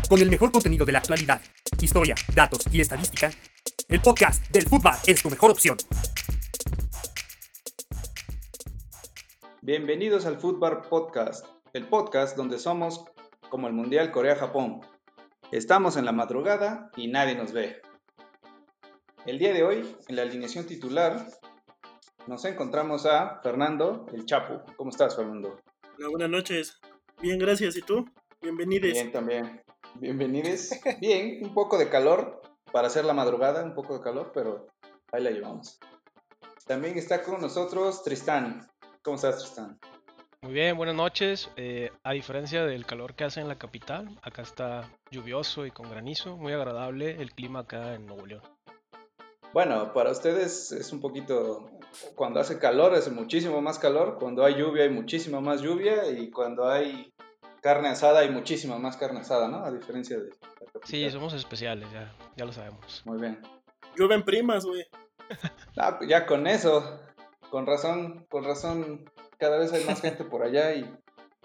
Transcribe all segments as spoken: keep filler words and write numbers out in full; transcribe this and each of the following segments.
Con el mejor contenido de la actualidad, historia, datos y estadística, el podcast del fútbol es tu mejor opción. Bienvenidos al Fútbol Podcast, el podcast donde somos como el Mundial Corea-Japón. Estamos en la madrugada y nadie nos ve. El día de hoy, en la alineación titular, nos encontramos a Fernando el Chapu. ¿Cómo estás, Fernando? Hola, buenas noches. Bien, gracias. ¿Y tú? Bienvenides. Bien, también. Bienvenides. Bien, un poco de calor para hacer la madrugada, un poco de calor, pero ahí la llevamos. También está con nosotros Tristán. ¿Cómo estás, Tristán? Muy bien, buenas noches. Eh, a diferencia del calor que hace en la capital, acá está lluvioso y con granizo, muy agradable el clima acá en Nuevo León. Bueno, para ustedes es un poquito, cuando hace calor es muchísimo más calor, cuando hay lluvia hay muchísima más lluvia y cuando hay carne asada hay muchísima más carne asada, ¿no? A diferencia de la capital. Sí, somos especiales, ya, ya lo sabemos. Muy bien. Llueven primas, güey. Ah, pues ya con eso, con razón, con razón, cada vez hay más gente por allá y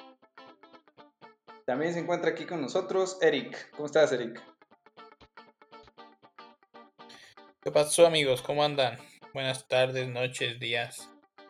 también se encuentra aquí con nosotros Eric. ¿Cómo estás, Eric? ¿Qué pasó, amigos? ¿Cómo andan? Buenas tardes, noches, días.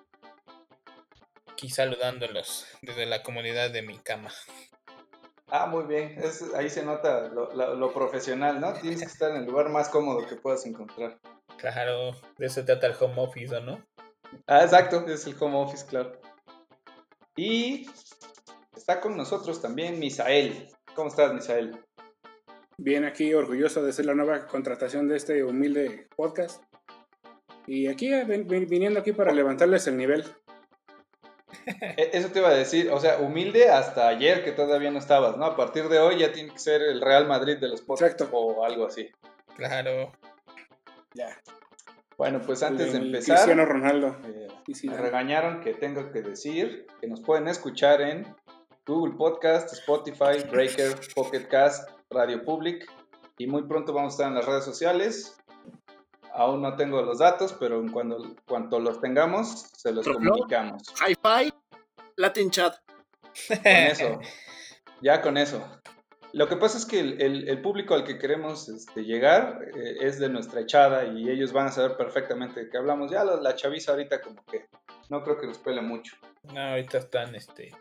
Aquí saludándolos desde la comodidad de mi cama. Ah, muy bien. Es, ahí se nota lo, lo, lo profesional, ¿no? Tienes que estar en el lugar más cómodo que puedas encontrar. Claro, de eso se trata el home office, ¿o no? Ah, exacto, es el home office, claro. Y está con nosotros también Misael. ¿Cómo estás, Misael? Bien, aquí orgulloso de ser la nueva contratación de este humilde podcast. Y aquí, viniendo aquí para levantarles el nivel. Eso te iba a decir, o sea, humilde hasta ayer que todavía no estabas, ¿no? A partir de hoy ya tiene que ser el Real Madrid de los podcasts. Exacto. O algo así. Claro. Ya. Bueno, pues antes el, de el empezar, Cristiano Ronaldo. eh, Y sí, me Dan. regañaron que tengo que decir que nos pueden escuchar en Google Podcast, Spotify, Breaker, Pocket Cast, Radio Public y muy pronto vamos a estar en las redes sociales. Aún no tengo los datos, pero en cuando, cuanto los tengamos, se los Proflor, comunicamos. Hi-Fi, Latin Chat. Con eso, ya con eso. Lo que pasa es que el, el, el público al que queremos este, llegar eh, es de nuestra echada y ellos van a saber perfectamente de qué hablamos. Ya la, la chaviza ahorita como que no creo que nos pele mucho. No, ahorita están este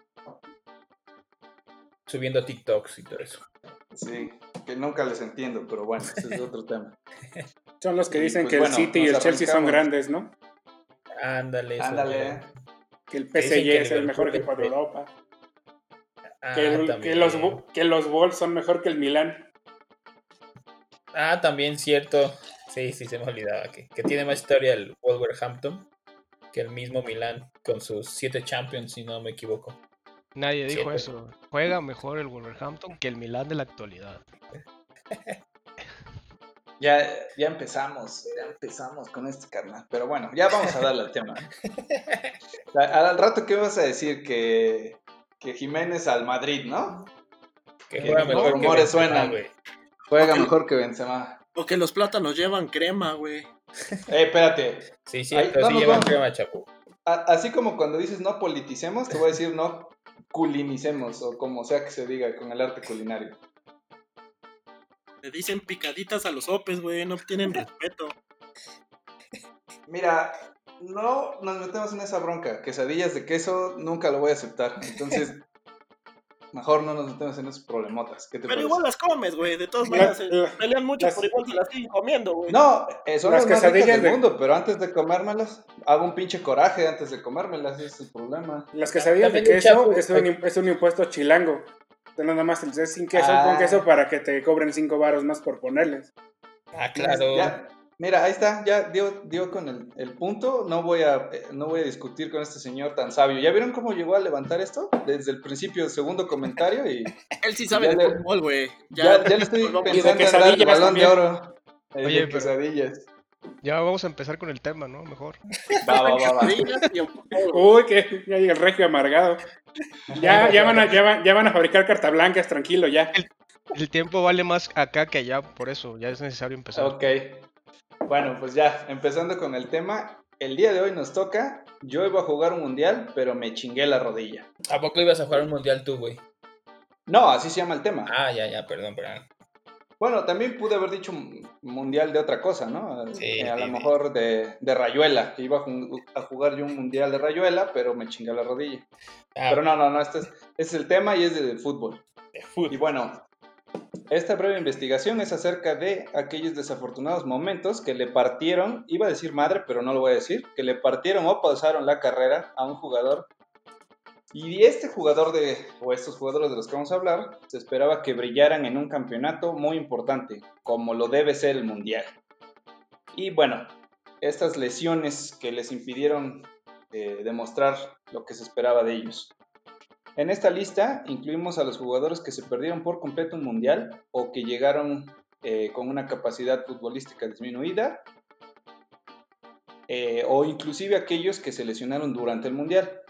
subiendo TikToks y todo eso. Sí, que nunca les entiendo, pero bueno, ese es otro tema. Son los que Y dicen pues que bueno, el City y nos el Chelsea son arrancamos. grandes, ¿no? Ándale, eso. Ándale. Que el Que P dicen S G que es el mejor Liverpool equipo de es- Europa. Ah, Que, el- también. que los, Bu- que los Wolves son mejor que el Milán. Ah, también cierto. Sí, sí, se me olvidaba que, que tiene más historia el Wolverhampton que el mismo Milán con sus siete Champions, si no me equivoco. Nadie dijo Siete. eso. Juega mejor el Wolverhampton que el Milán de la actualidad. Ya, ya empezamos, ya empezamos con este carnal. Pero bueno, ya vamos a darle al tema. A- Al rato, ¿qué vas a decir? Que, que Jiménez al Madrid, ¿no? Que Que juega los mejor que rumores Benzema, suenan. güey. Juega Ok. mejor que Benzema. O que los plátanos llevan crema, güey. Eh, espérate. Sí, Ahí, cierto, no sí nos llevan vamos- crema, Chapu. A- así como cuando dices no politicemos, te voy a decir no culinicemos, o como sea que se diga con el arte culinario. Le dicen picaditas a los opes, güey. No tienen respeto. Mira, no nos metemos en esa bronca. Quesadillas de queso nunca lo voy a aceptar. Entonces, mejor no nos metemos en esos problemotas. ¿Qué te Pero parece? igual las comes, güey. De todas La- maneras, se la- pelean mucho, las- por igual se las siguen comiendo, güey. No, eh, son Las las más ricas quesadillas del de- mundo, pero antes de comérmelas, hago un pinche coraje antes de comérmelas, ese es el problema. Las quesadillas de También el queso Chapo- es un, im- es un impuesto chilango. Entonces, nada más el es sin queso, Ah. con queso para que te cobren cinco varos más por ponerles. Ah, claro. Ya, mira, ahí está, ya dio, dio con el, el punto. No voy, a, eh, no voy a discutir con este señor tan sabio. ¿Ya vieron cómo llegó a levantar esto? Desde el principio del segundo comentario y Él sí sabe Ya de le- fútbol, güey. ya, ya le estoy volvamos- de pensando en dar el quesadillas balón también. de oro. Eh, Oye, de pero- quesadillas. Ya vamos a empezar con el tema, ¿no? Mejor. Va, va, va, va. Quesadillas y en fútbol, güey. Uy, que ya llega el regio amargado. Ya, ya, van a, ya, van, ya van a fabricar carta blancas, tranquilo, ya. El tiempo vale más acá que allá, por eso ya es necesario empezar. Ok. Bueno, pues ya, empezando con el tema. El día de hoy nos toca. Yo iba a jugar un mundial, pero me chingué la rodilla. ¿A poco ibas a jugar un mundial tú, güey? No, así se llama el tema. Ah, ya, ya, perdón, perdón. Bueno, también pude haber dicho mundial de otra cosa, ¿no? Sí, Eh, a sí, lo sí. mejor de, de rayuela. Iba a, jun- a jugar yo un mundial de rayuela, pero me chingué la rodilla. Ah, Pero no, no, no, este es, este es el tema y es de fútbol. de fútbol. Y bueno, esta breve investigación es acerca de aquellos desafortunados momentos que le partieron, iba a decir madre, pero no lo voy a decir, que le partieron o pausaron la carrera a un jugador. Y este jugador de, o estos jugadores de los que vamos a hablar, se esperaba que brillaran en un campeonato muy importante, como lo debe ser el Mundial. Y bueno, estas lesiones que les impidieron eh, demostrar lo que se esperaba de ellos. En esta lista incluimos a los jugadores que se perdieron por completo un Mundial o que llegaron eh, con una capacidad futbolística disminuida, eh, o inclusive aquellos que se lesionaron durante el Mundial.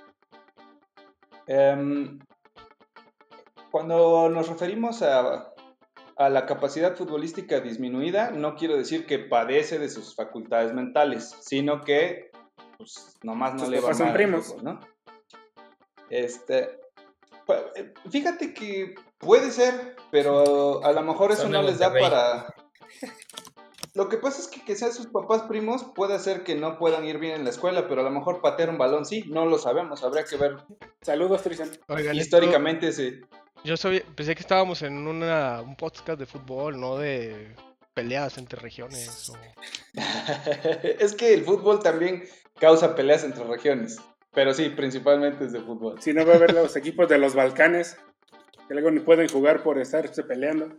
Um, Cuando nos referimos a, a la capacidad futbolística disminuida, no quiero decir que padece de sus facultades mentales, sino que pues, nomás no Sus le va papás son mal al primos. fútbol, ¿no? Este, fíjate que puede ser, pero a lo mejor eso Son de no les da Monterrey. para... Lo que pasa es que que sean sus papás primos puede hacer que no puedan ir bien en la escuela, pero a lo mejor patear un balón sí, no lo sabemos, habría que ver. Saludos, Tristan. Oigan, Históricamente sí. esto- yo sabía- pensé que estábamos en una, un podcast de fútbol, no de peleas entre regiones. O... Es que el fútbol también causa peleas entre regiones, pero sí, principalmente es de fútbol. Si no va a ver los equipos de los Balcanes, que luego ni pueden jugar por estarse peleando.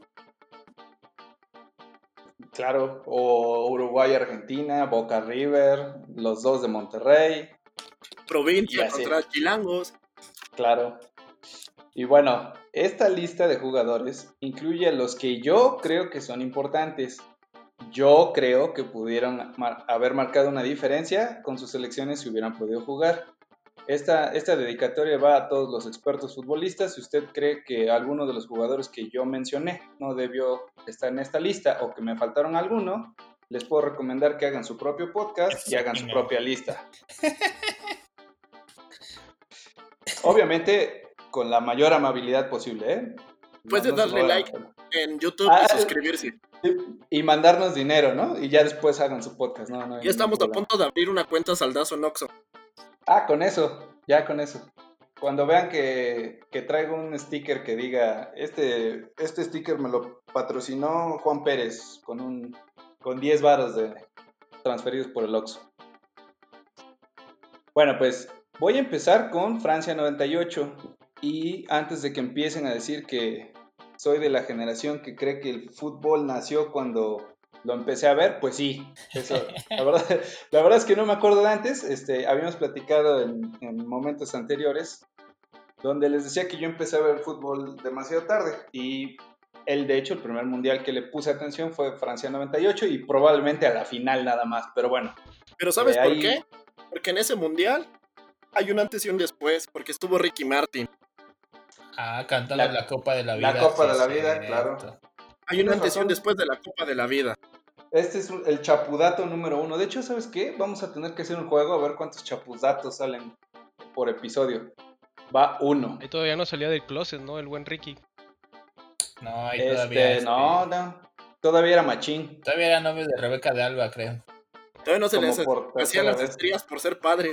Claro, o Uruguay, Argentina, Boca River, los dos de Monterrey, y Provincia así. contra Chilangos. Claro. Y bueno, esta lista de jugadores incluye a los que yo creo que son importantes. Yo creo que pudieron mar- haber marcado una diferencia con sus selecciones si hubieran podido jugar. Esta, esta dedicatoria va a todos los expertos futbolistas. Si usted cree que alguno de los jugadores que yo mencioné no debió estar en esta lista o que me faltaron alguno, les puedo recomendar que hagan su propio podcast y hagan su No. propia lista. Obviamente, con la mayor amabilidad posible, ¿eh? Puedes No- no se darle lo hagan. like en YouTube Ah, y suscribirse. Y mandarnos dinero, ¿no? Y ya después hagan su podcast, ¿no? no hay Ya estamos ningún a problema. punto de abrir una cuenta Saldazo en Oxxo. Ah, con eso, ya con eso. Cuando vean que, que traigo un sticker que diga, este, este sticker me lo patrocinó Juan Pérez con un con diez varos de transferidos por el Oxxo. Bueno, pues voy a empezar con Francia noventa y ocho. Y antes de que empiecen a decir que soy de la generación que cree que el fútbol nació cuando lo empecé a ver, pues sí, eso, la verdad, la verdad es que no me acuerdo de antes, este, habíamos platicado en, en momentos anteriores, donde les decía que yo empecé a ver fútbol demasiado tarde, y el, de hecho, el primer mundial que le puse atención fue Francia noventa y ocho, y probablemente a la final nada más, pero bueno. Pero ¿sabes eh, por ahí- qué? Porque en ese mundial hay un antes y un después, porque estuvo Ricky Martin. Ah, cantando La- la, Copa de la Vida. La Copa sí, de la es Vida, cierto. claro. Hay un Tienes antes y un razón. después de la Copa de la Vida. Este es el chapudato número uno. De hecho, ¿sabes qué? Vamos a tener que hacer un juego a ver cuántos chapudatos salen por episodio. Va uno. Ahí todavía no salía del closet, ¿no? El buen Ricky. No, ahí Este, todavía. este, no, no. Todavía era machín. Todavía era novio de Rebeca de Alba, creo. Todavía no se Como les por hacían tercera las vez. estrías por ser padre.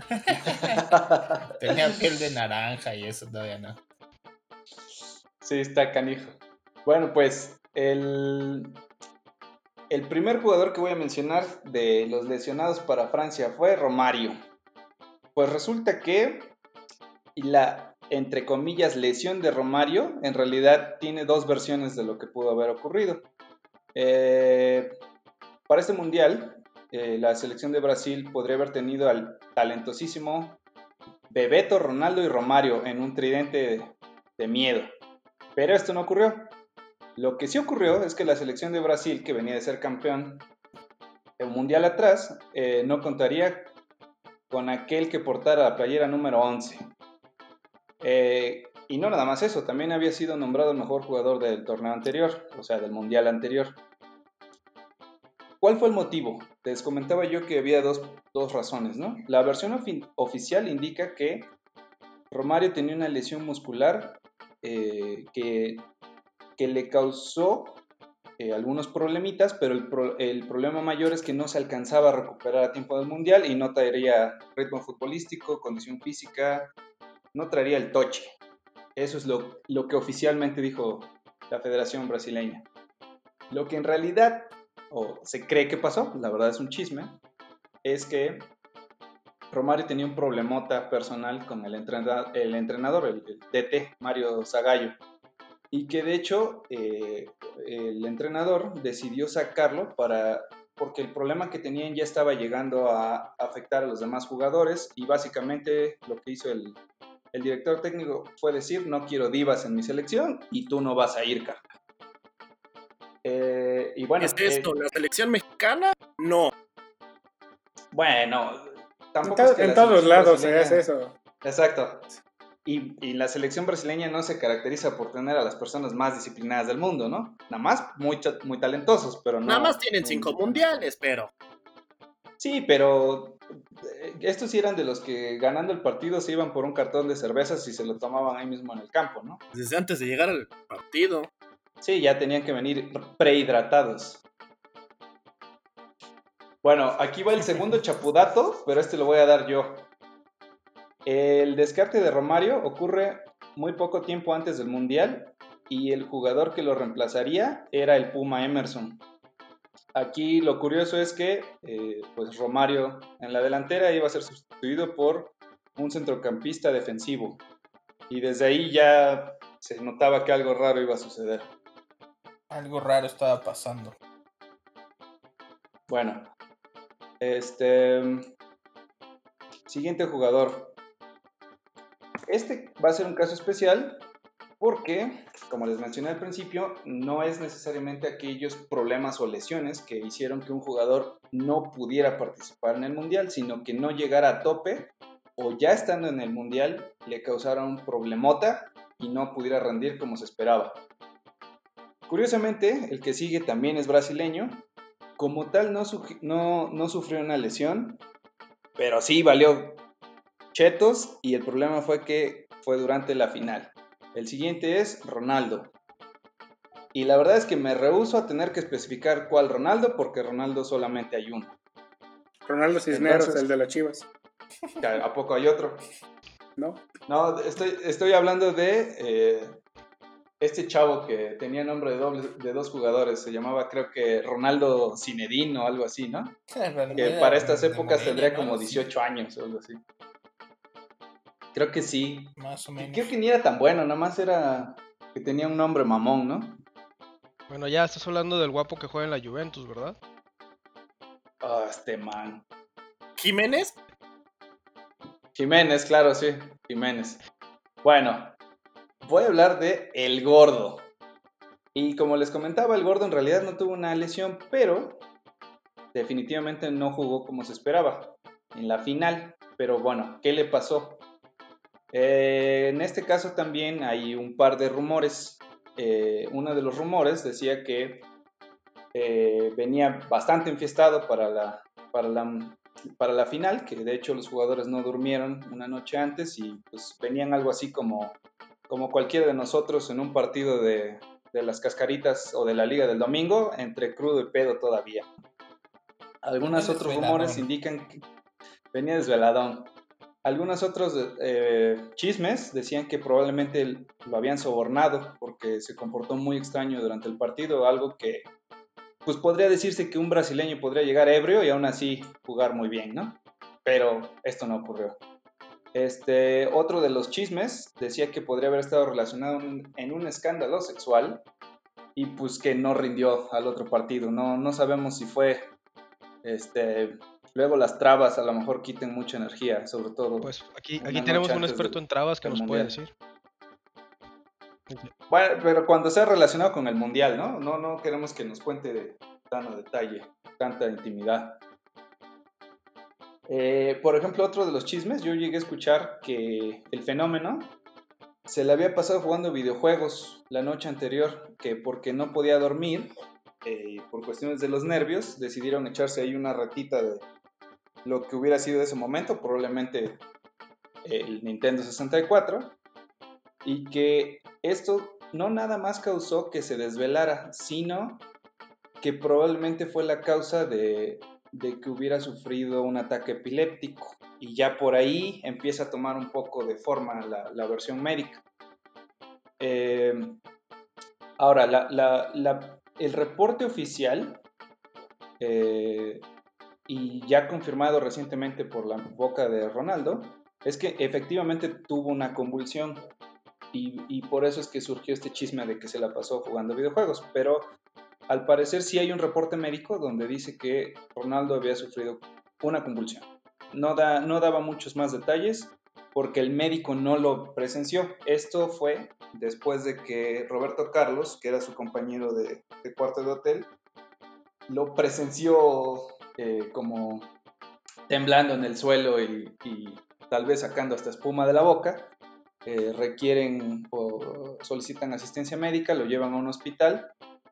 Tenía piel de naranja y eso todavía no. Sí, está canijo. Bueno, pues el, el primer jugador que voy a mencionar de los lesionados para Francia fue Romario. Pues resulta que la, entre comillas, lesión de Romario en realidad tiene dos versiones de lo que pudo haber ocurrido. Eh, para este mundial, eh, la selección de Brasil podría haber tenido al talentosísimo Bebeto, Ronaldo y Romario en un tridente de, de miedo. Pero esto no ocurrió. Lo que sí ocurrió es que la selección de Brasil, que venía de ser campeón en un mundial atrás, eh, no contaría con aquel que portara la playera número once. Eh, y no nada más eso, también había sido nombrado el mejor jugador del torneo anterior, o sea, del mundial anterior. ¿Cuál fue el motivo? Les comentaba yo que había dos, dos razones, ¿no? La versión ofi- oficial indica que Romario tenía una lesión muscular eh, que, que le causó eh, algunos problemitas, pero el, pro, el problema mayor es que no se alcanzaba a recuperar a tiempo del Mundial y no traería ritmo futbolístico, condición física, no traería el toche. Eso es lo, lo que oficialmente dijo la Federación Brasileña. Lo que en realidad, o se cree que pasó, la verdad es un chisme, es que Romario tenía un problemota personal con el entrenador, el, entrenador, el, el D T, Mario Zagallo, y que de hecho eh, el entrenador decidió sacarlo para, porque el problema que tenían ya estaba llegando a afectar a los demás jugadores, y básicamente lo que hizo el, el director técnico fue decir: no quiero divas en mi selección y tú no vas a ir, carnal. Eh, y bueno, ¿Qué es esto? eh, ¿La selección mexicana? No. bueno, tampoco En, es to- que en la todos selección lados se brasileña... hace eso. Exacto. Y, y la selección brasileña no se caracteriza por tener a las personas más disciplinadas del mundo, ¿no? Nada más muy, muy talentosos, pero Nada no... más tienen cinco mundiales, pero. Sí, pero eh, estos sí eran de los que ganando el partido se iban por un cartón de cervezas y se lo tomaban ahí mismo en el campo, ¿no? Desde antes de llegar al partido. Sí, ya tenían que venir prehidratados. Bueno, aquí va el segundo chapudato, pero este lo voy a dar yo. El descarte de Romario ocurre muy poco tiempo antes del Mundial y el jugador que lo reemplazaría era el Puma Emerson. Aquí lo curioso es que eh, pues Romario en la delantera iba a ser sustituido por un centrocampista defensivo, y desde ahí ya se notaba que algo raro iba a suceder. Algo raro estaba pasando. Bueno, este siguiente jugador. Este va a ser un caso especial porque, como les mencioné al principio, no es necesariamente aquellos problemas o lesiones que hicieron que un jugador no pudiera participar en el Mundial, sino que no llegara a tope o ya estando en el Mundial le causara un problemota y no pudiera rendir como se esperaba. Curiosamente, el que sigue también es brasileño. Como tal, no, su- no, no sufrió una lesión, pero sí valió chetos, y el problema fue que fue durante la final. El siguiente es Ronaldo. Y la verdad es que me rehúso a tener que especificar cuál Ronaldo, porque Ronaldo solamente hay uno. Ronaldo Cisneros, Entonces, el de las Chivas, ¿a poco hay otro? ¿no? No, estoy, estoy hablando de eh, este chavo que tenía nombre de, doble, de dos jugadores. Se llamaba, creo que, Ronaldo Zinedine o algo así, ¿no? Que para estas épocas tendría como dieciocho años o algo así. Creo que sí. Más o Que- menos. Creo que ni era tan bueno, nada más era que tenía un nombre mamón, ¿no? Bueno, ya estás hablando del guapo que juega en la Juventus, ¿verdad? Oh, este man. ¿Jiménez? Jiménez, claro, sí. Jiménez. Bueno, voy a hablar de El Gordo. Y como les comentaba, El Gordo en realidad no tuvo una lesión, pero definitivamente no jugó como se esperaba en la final. Pero bueno, ¿qué le pasó? Eh, en este caso también hay un par de rumores. Eh, uno de los rumores decía que eh, venía bastante enfiestado para la, para, la, para la final, que de hecho los jugadores no durmieron una noche antes y pues venían algo así como, como cualquiera de nosotros en un partido de, de las cascaritas o de la Liga del Domingo, entre crudo y pedo todavía. Algunos otros rumores indican que venía desveladón. Algunos otros eh, chismes decían que probablemente lo habían sobornado porque se comportó muy extraño durante el partido, algo que pues podría decirse que un brasileño podría llegar ebrio y aún así jugar muy bien, ¿no? Pero esto no ocurrió. Este, otro de los chismes decía que podría haber estado relacionado en un escándalo sexual y pues que no rindió al otro partido. No, no sabemos si fue, este, luego las trabas a lo mejor quiten mucha energía, sobre todo Pues aquí, una aquí noche tenemos un antes experto del, en trabas que del nos puede mundial. decir. Bueno, pero cuando sea relacionado con el mundial, ¿no? No, no queremos que nos cuente de tan a detalle, tanta intimidad. Eh, por ejemplo, otro de los chismes, yo llegué a escuchar que el Fenómeno se le había pasado jugando videojuegos la noche anterior, que porque no podía dormir, eh, por cuestiones de los nervios, decidieron echarse ahí una ratita de lo que hubiera sido de ese momento, probablemente el Nintendo sesenta y cuatro, y que esto no nada más causó que se desvelara, sino que probablemente fue la causa de, de que hubiera sufrido un ataque epiléptico, y ya por ahí empieza a tomar un poco de forma la, la versión médica. Eh, ahora, la, la, la, el reporte oficial, eh, y ya confirmado recientemente por la boca de Ronaldo, es que efectivamente tuvo una convulsión, y, y por eso es que surgió este chisme de que se la pasó jugando videojuegos, pero al parecer sí hay un reporte médico donde dice que Ronaldo había sufrido una convulsión. No, da, no daba muchos más detalles porque el médico no lo presenció. Esto fue después de que Roberto Carlos, que era su compañero de, de cuarto de hotel, lo presenció eh, como temblando en el suelo y, y tal vez sacando hasta espuma de la boca. Eh, requieren o solicitan asistencia médica, lo llevan a un hospital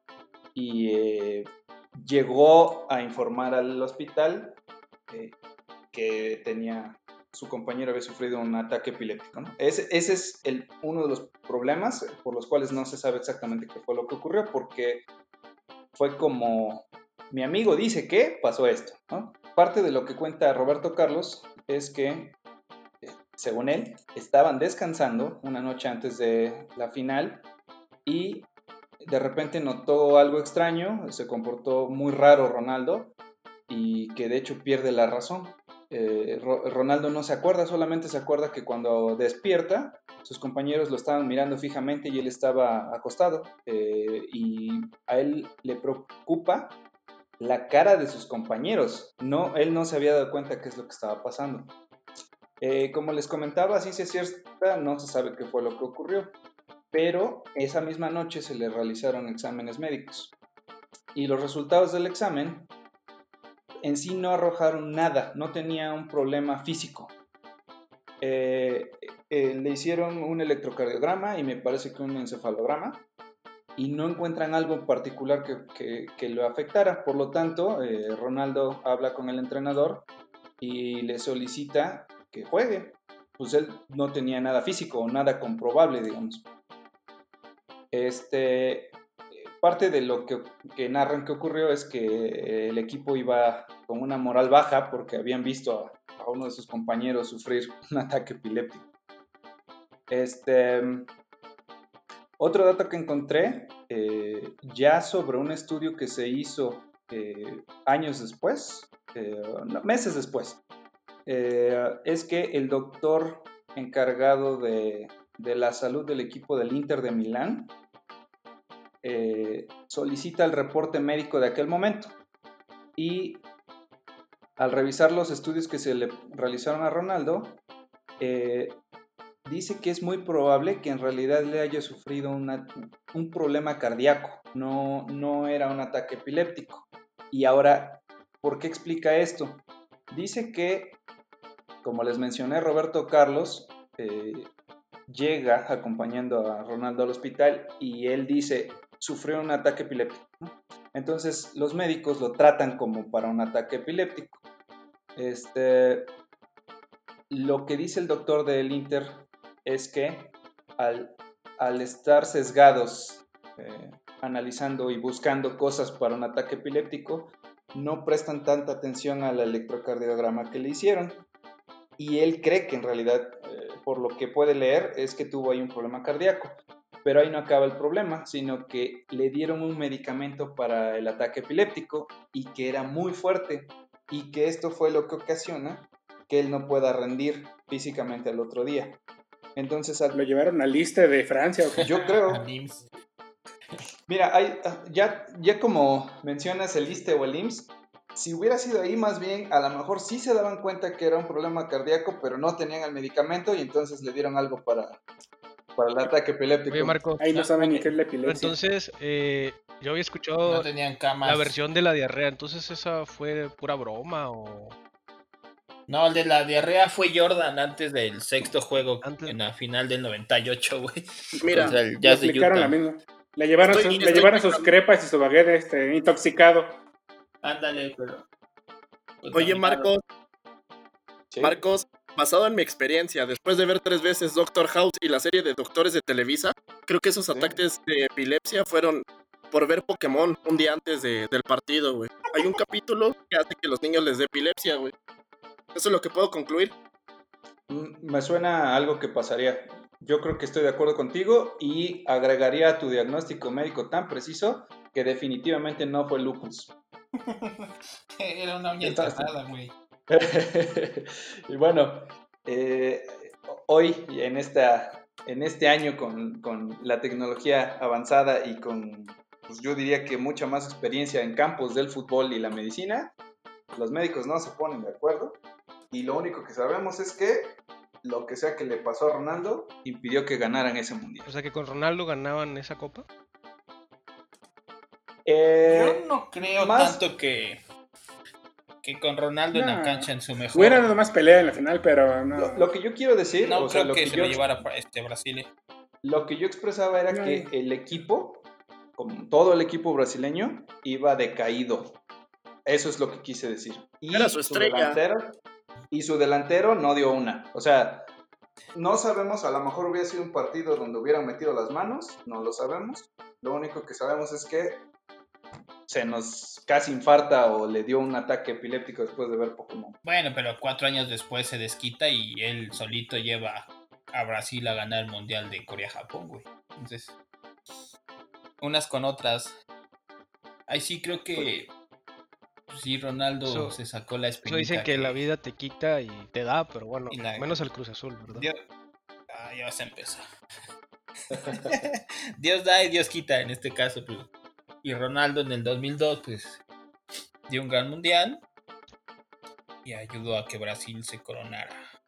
y eh, llegó a informar al hospital eh, que tenía, su compañero había sufrido un ataque epiléptico, ¿no? Ese, ese es el, uno de los problemas por los cuales no se sabe exactamente qué fue lo que ocurrió, porque fue como, mi amigo dice que pasó esto, ¿no? Parte de lo que cuenta Roberto Carlos es que, según él, estaban descansando una noche antes de la final y de repente notó algo extraño, se comportó muy raro Ronaldo y que de hecho pierde la razón. Eh, Ro- Ronaldo no se acuerda, solamente se acuerda que cuando despierta, sus compañeros lo estaban mirando fijamente y él estaba acostado, eh, y a él le preocupa la cara de sus compañeros. No, él no se había dado cuenta qué es lo que estaba pasando. Eh, como les comentaba, sí se cierta, no se sabe qué fue lo que ocurrió, pero esa misma noche se le realizaron exámenes médicos y los resultados del examen en sí no arrojaron nada, no tenía un problema físico. Eh, eh, le hicieron un electrocardiograma y me parece que un encefalograma y no encuentran algo en particular que, que, que lo afectara. Por lo tanto, eh, Ronaldo habla con el entrenador y le solicita que juegue. Pues él no tenía nada físico o nada comprobable, digamos. Este, parte de lo que, que narran que ocurrió es que el equipo iba con una moral baja porque habían visto a, a uno de sus compañeros sufrir un ataque epiléptico. Este, otro dato que encontré, eh, ya sobre un estudio que se hizo eh, años después, eh, no, meses después, eh, es que el doctor encargado de, de la salud del equipo del Inter de Milán eh, solicita el reporte médico de aquel momento y al revisar los estudios que se le realizaron a Ronaldo, eh, dice que es muy probable que en realidad le haya sufrido una, un problema cardíaco, no, no era un ataque epiléptico. Y ahora, ¿por qué explica esto? Dice que, como les mencioné, Roberto Carlos eh, llega acompañando a Ronaldo al hospital y él dice, sufrió un ataque epiléptico. Entonces los médicos lo tratan como para un ataque epiléptico. Este, lo que dice el doctor del Inter es que al, al estar sesgados, eh, analizando y buscando cosas para un ataque epiléptico, no prestan tanta atención al electrocardiograma que le hicieron. Y él cree que en realidad, eh, por lo que puede leer, es que tuvo ahí un problema cardíaco. Pero ahí no acaba el problema, sino que le dieron un medicamento para el ataque epiléptico y que era muy fuerte y que esto fue lo que ocasiona que él no pueda rendir físicamente al otro día. Entonces, al... ¿Lo llevaron al ISSSTE de Francia o qué? Yo creo. Al I M S S. Mira, hay, ya, ya como mencionas el ISSSTE o el I M S S, si hubiera sido ahí, más bien, a lo mejor sí se daban cuenta que era un problema cardíaco, pero no tenían el medicamento y entonces le dieron algo para, para el ataque epiléptico. Oye, Marco, Ahí no saben ni qué es la pero epilepsia. entonces eh, yo había No escuchado tenían camas. la versión de la diarrea, entonces esa fue pura broma o... No, el de la diarrea fue Jordan antes del sexto juego, Antes- en la final del noventa y ocho, güey. Mira, Contra el Le Jazz de aplicaron Utah. la misma. Le llevaron, Estoy- sus, le estoy llevaron sus checando. crepas y su baguette este, intoxicado. Ándale, pero... Oye, contaminado. Marcos, ¿Sí? Marcos, basado en mi experiencia, después de ver tres veces Doctor House y la serie de Doctores de Televisa, creo que esos Sí. ataques de epilepsia fueron por ver Pokémon un día antes de, del partido, güey. Hay un capítulo que hace que los niños les dé epilepsia, güey. Eso es lo que puedo concluir. Mm, Me suena a algo que pasaría. Yo creo que estoy de acuerdo contigo y agregaría a tu diagnóstico médico tan preciso que definitivamente no fue lupus. Era una uña Está- enterrada, güey. Y bueno, eh, hoy en, esta, en este año con, con la tecnología avanzada y con, pues yo diría que mucha más experiencia en campos del fútbol y la medicina, los médicos no se ponen de acuerdo y lo único que sabemos es que lo que sea que le pasó a Ronaldo impidió que ganaran ese mundial. O sea que con Ronaldo ganaban esa copa. Eh, Yo no creo más- tanto que, que con Ronaldo en la No. cancha en su mejor. Hubiera nada más pelea en la final, pero no. lo, lo que yo quiero decir, no o sea, creo lo que, que, se yo, lo llevara para este Brasil. eh. lo que yo expresaba era No. que el equipo, como todo el equipo brasileño, iba decaído. Eso es lo que quise decir. Y Era su estrella. delantero, y su delantero no dio una. O sea, no sabemos, a lo mejor hubiera sido un partido donde hubieran metido las manos, no lo sabemos. Lo único que sabemos es que se nos casi infarta o le dio un ataque epiléptico después de ver Pokémon. Bueno, pero cuatro años después se desquita y él solito lleva a Brasil a ganar el Mundial de Corea-Japón, güey. Entonces, unas con otras. Ahí sí creo que pues, sí, Ronaldo Eso- se sacó la Eso espinita. dicen que la vida te quita y te da, pero bueno, Y la- menos el Cruz Azul, ¿verdad? Dios... Ah, ya vas a empezar. Dios da y Dios quita en este caso, pues. Y Ronaldo en el dos mil dos, pues, dio un gran mundial y ayudó a que Brasil se coronara,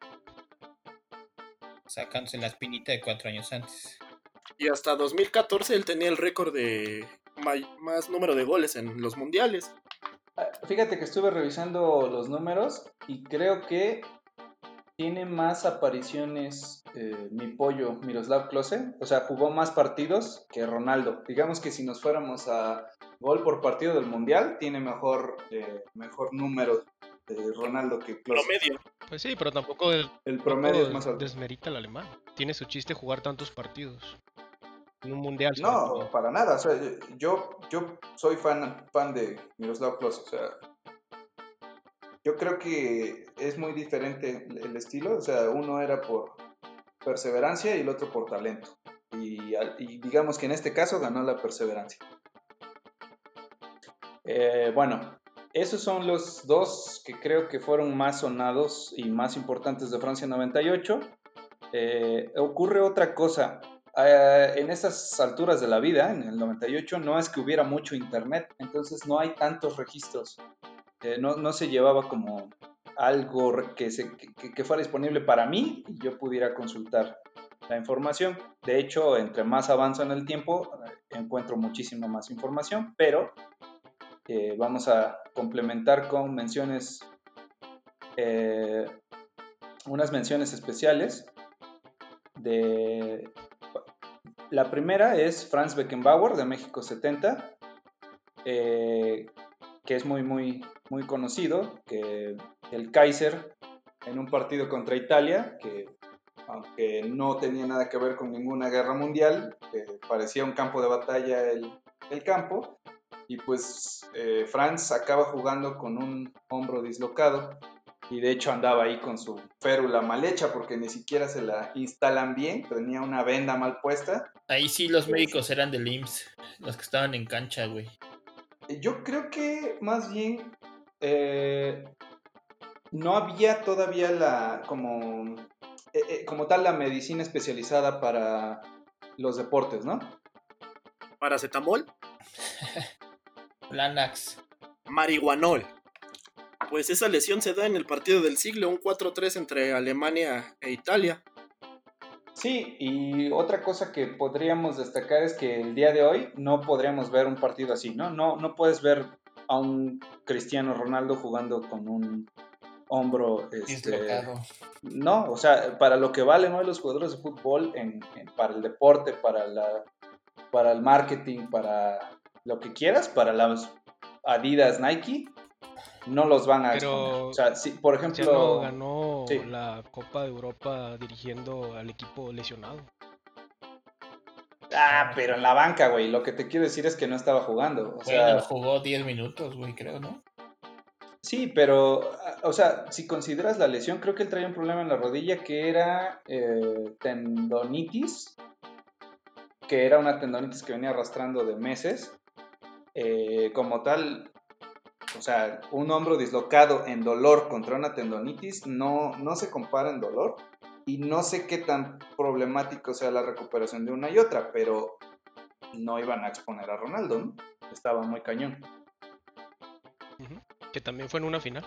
sacándose la espinita de cuatro años antes. Y hasta dos mil catorce él tenía el récord de may- más número de goles en los mundiales. Ah, Fíjate que estuve revisando los números y creo que tiene más apariciones eh, mi pollo Miroslav Klose, o sea, jugó más partidos que Ronaldo. Digamos que si nos fuéramos a gol por partido del Mundial, tiene mejor, eh, mejor número de Ronaldo que Klose. Promedio. Pues sí, pero tampoco, el, El promedio tampoco es más alto. desmerita al alemán. Tiene su chiste jugar tantos partidos. En un mundial. sobre No, todo. para nada. O sea, yo, yo soy fan, fan de Miroslav Klose. O sea, yo creo que es muy diferente el estilo. O sea, uno era por perseverancia y el otro por talento. Y, al- y digamos que en este caso ganó la perseverancia. Eh, bueno, esos son los dos que creo que fueron más sonados y más importantes de Francia noventa y ocho. Eh, ocurre otra cosa. Eh, en esas alturas de la vida, en el noventa y ocho, no es que hubiera mucho internet, entonces no hay tantos registros. Eh, no, no se llevaba como algo re- que, se, que, que fuera disponible para mí y yo pudiera consultar la información. De hecho, entre más avanzo en el tiempo, eh, encuentro muchísima más información, pero eh, vamos a complementar con menciones, eh, unas menciones especiales. De, la primera es Franz Beckenbauer de México setenta, eh, que es muy, muy, muy conocido, que el Kaiser en un partido contra Italia, que aunque no tenía nada que ver con ninguna guerra mundial, eh, parecía un campo de batalla el, el campo, y pues eh, Franz acaba jugando con un hombro dislocado, y de hecho andaba ahí con su férula mal hecha porque ni siquiera se la instalan bien, tenía una venda mal puesta. Ahí sí los médicos eran del I M S S, los que estaban en cancha, güey. Yo creo que más bien eh, no había todavía la como, eh, eh, como tal la medicina especializada para los deportes, ¿no? Paracetamol, Lanax. marihuanol. Pues esa lesión se da en el partido del siglo, un cuatro tres entre Alemania e Italia. Sí, y otra cosa que podríamos destacar es que el día de hoy no podríamos ver un partido así, ¿no? No, no puedes ver a un Cristiano Ronaldo jugando con un hombro este, Dislocado. no, o sea, para lo que valen hoy los jugadores de fútbol en, en, para el deporte, para, la, para el marketing, para lo que quieras, para las Adidas, Nike, no los van a Pero exponer. O sea, si, por ejemplo... Cristiano ganó sí. la Copa de Europa dirigiendo al equipo lesionado. Ah, pero en la banca, güey. Lo que te quiero decir es que no estaba jugando. O Bueno, sea, jugó diez minutos, güey, creo, ¿no? sí, pero, ah, o sea, si consideras la lesión, creo que él traía un problema en la rodilla que era eh, tendonitis, que era una tendonitis que venía arrastrando de meses. Eh, como tal, o sea, un hombro dislocado en dolor contra una tendonitis no, no se compara en dolor. Y no sé qué tan problemático sea la recuperación de una y otra, pero no iban a exponer a Ronaldo, ¿no? Estaba muy cañón. Ujú. Que también fue en una final.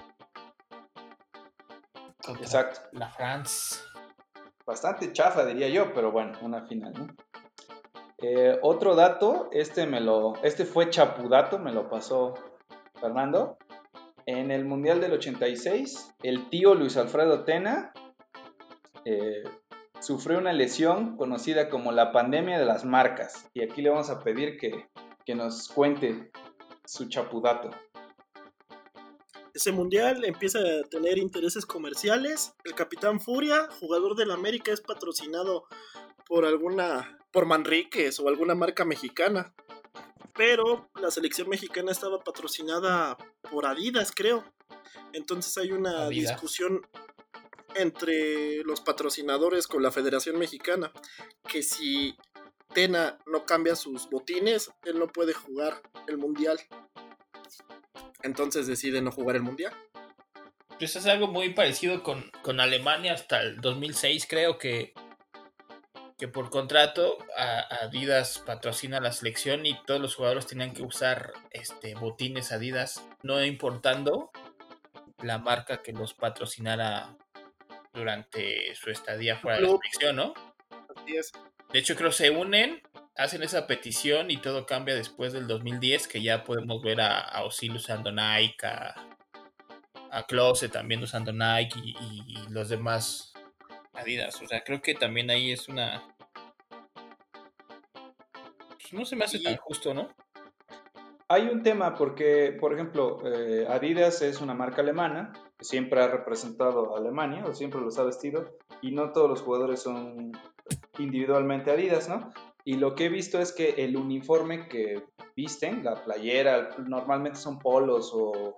Contra Exacto. la France. Bastante chafa, diría yo, pero bueno, una final, ¿no? Eh, otro dato, este, me lo, este fue chapudato, me lo pasó Fernando. En el Mundial del ochenta y seis, el tío Luis Alfredo Tena eh, sufrió una lesión conocida como la pandemia de las marcas. Y aquí le vamos a pedir que, que nos cuente su chapudato. Ese mundial empieza a tener intereses comerciales. El Capitán Furia, jugador del América, es patrocinado por alguna, por Manríquez o alguna marca mexicana. Pero la selección mexicana estaba patrocinada por Adidas, creo. Entonces hay una Adidas. discusión entre los patrocinadores con la Federación Mexicana, que si Tena no cambia sus botines, él no puede jugar el mundial. Entonces decide no jugar el mundial. Pues es algo muy parecido con, con Alemania hasta el dos mil seis, creo que, que por contrato a, Adidas patrocina la selección y todos los jugadores tenían que usar este botines Adidas, no importando la marca que los patrocinara durante su estadía fuera de la Club. selección, ¿no? Así es. De hecho, creo que se unen, hacen esa petición y todo cambia después del dos mil diez, que ya podemos ver a, a Ozil usando Nike, a, a Klose también usando Nike y, y, y los demás Adidas. O sea, creo que también ahí es una... Pues no se me hace Y- tan justo, ¿no? Hay un tema porque, por ejemplo, eh, Adidas es una marca alemana que siempre ha representado a Alemania o siempre los ha vestido y no todos los jugadores son individualmente Adidas, ¿no? Y lo que he visto es que el uniforme que visten, la playera, normalmente son polos o,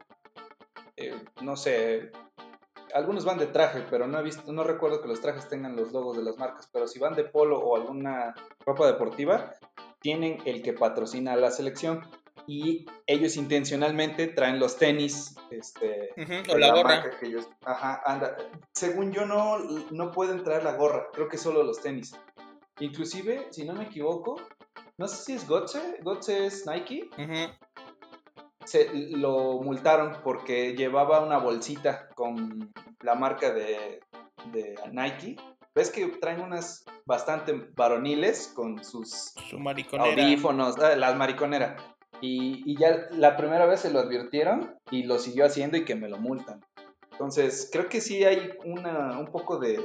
eh, no sé, algunos van de traje, pero no he visto, no recuerdo que los trajes tengan los logos de las marcas, pero si van de polo o alguna ropa deportiva, tienen el que patrocina a la selección y ellos intencionalmente traen los tenis este, Uh-huh, o de la la gorra. marca que ellos, ajá, anda. Según yo no, no pueden traer la gorra, creo que solo los tenis. Inclusive, si no me equivoco, no sé si es Gotze, Gotze es Nike, Uh-huh. se lo multaron porque llevaba una bolsita con la marca de, de Nike. Ves que traen unas bastante varoniles con sus Su mariconera. audífonos, eh, las mariconeras. Y, y ya la primera vez se lo advirtieron y lo siguió haciendo y que me lo multan. Entonces, creo que sí hay una, un poco de,